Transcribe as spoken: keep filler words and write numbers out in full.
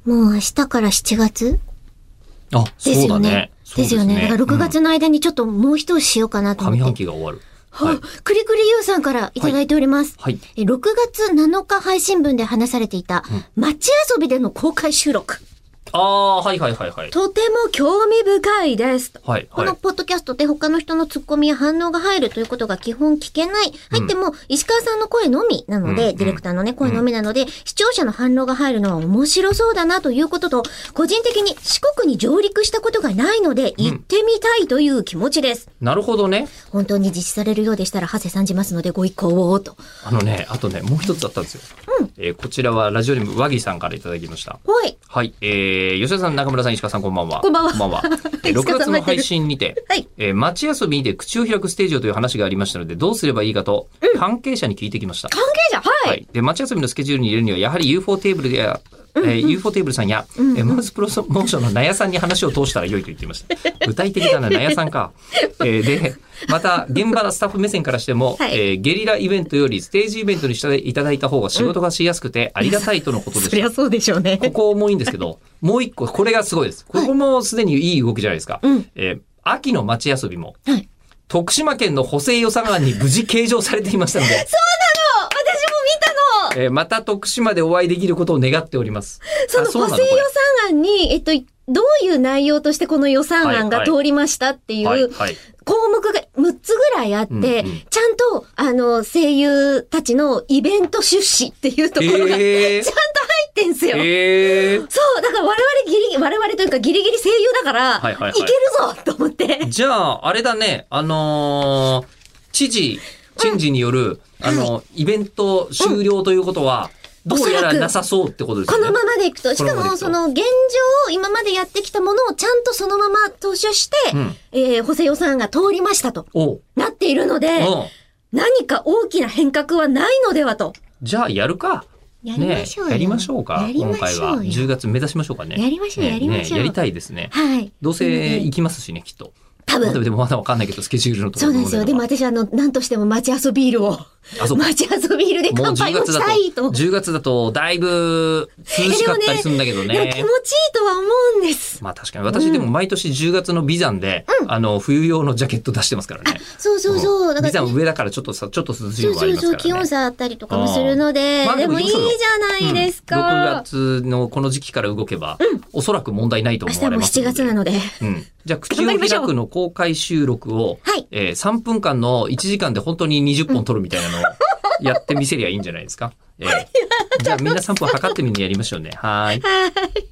もう明日からしちがつあ、 ですよね。 そうだね。 ですよね。だからろくがつの間にちょっともう一押ししようかなと思って。 上半期が終わる。 はい。くりくりゆうさんからいただいております。 はい。 えろくがつなのか配信分で話されていた、うん、街遊びでの公開収録。 ああ、はいはいはいはい。 とても興味深いです。 はい、はい。 このポッドキャストで他の人のツッコミや反応が入るということが基本聞けない。入っても石川さんの声のみなので、うん、ディレクターのね、声のみなので、うん、視聴者の反応が入るのは面白そうだなということと、個人的に四国に上陸したことがないので、行ってみたいという気持ちです。 うん、なるほどね。 本当に実施されるようでしたら、長谷さんじますのでご意向をと。 あのね、あとね、もう一つあったんですよ。うん。えー、こちらはラジオネーム和木さんからいただきました。 はい。 はい。えー、吉田さん、中村さん、石川さん、こんばんは。 こんばんは。 こんばんは。えー、ろくがつの配信にて、はい。えー、街遊びで口を開くステージをという話がありましたので、どうすればいいかと、うん、関係者に聞いてきました。 関係者はい。 はい。で、街遊びのスケジュールに入れるには、やはり ユーフォー テーブルや、えー、ユーフォー テーブルさんや、うんうん、えー、マウスプロモーションの納屋さんに話を通したら良いと言っていました。具体的だな、納屋さんか。えー、で、また、現場のスタッフ目線からしても、はい、えー、ゲリライベントよりステージイベントにしていただいた方が仕事がしやすくてありがたいとのことでした。 うん、そりゃそうでしょうね。 ここもいいんですけど、もう一個、これがすごいです。ここもすでにいい動きじゃないですか。はい、えー、秋の街遊びも、はい、徳島県の補正予算案に無事計上されていましたので。 そうなの！私も見たの！ えー、また徳島でお会いできることを願っております。 その補正予算案に、えっと、どういう内容としてこの予算案が通りましたっていう項目がむっつぐらいあって、うんうん、ちゃんと、あの、声優たちのイベント出資っていうところが、えー、ちゃんと入ってんすよ。えー、そう、だから我々ギリギリ、我々というかギリギリ声優だから、はいはいはい、いけるぞと思って。 じゃあ、あれだね、あのー、知事、チェンジによる、うん、あの、はい、イベント終了ということは、うん、どうやらなさそうってことですね。 このままでいくと。しかも、その、現状、今までやってきたものをちゃんとそのまま踏襲して、うん、えー、補正予算案が通りましたと。なっているので、何か大きな変革はないのではと。 じゃあ、やるか。 やりましょうよ。 ね、やりましょうか。今回は。じゅうがつ目指しましょうかね。 やりましょう、やりましょう。 ね、やりたいですね。 はい。 どうせ行きますしね、きっと。 多分。 でもまだわかんないけど、スケジュールのところ。 そうですよ。でも私は、あの、何としても街遊ビールを。あ、そう。街遊ビールで乾杯をしたいと。 じゅうがつだと、だいぶ、涼しかったりするんだけどね。 でも気持ちいいとは思うんです。 まあ確かに。私でも毎年じゅうがつのビザンで、うん、あの、冬用のジャケット出してますからね。 そうそうそう。 だからビザン上だからちょっとさ、ちょっと涼しいのがありますからね。そうそうそう。気温差あったりとかもするので。まあ、でもいいじゃないですか。 うん、ろくがつのこの時期から動けば、うん、おそらく問題ないと思われますので。 明日もしちがつなので。 うん。じゃあ、口を開くの公開収録を、はい、えー、さんぷんかんのいちじかんで本当ににじゅっぽん撮るみたいなのをやってみせりゃいいんじゃないですか。えー、じゃあみんなさんぷん測ってみんなやりましょうね。はい。 はい。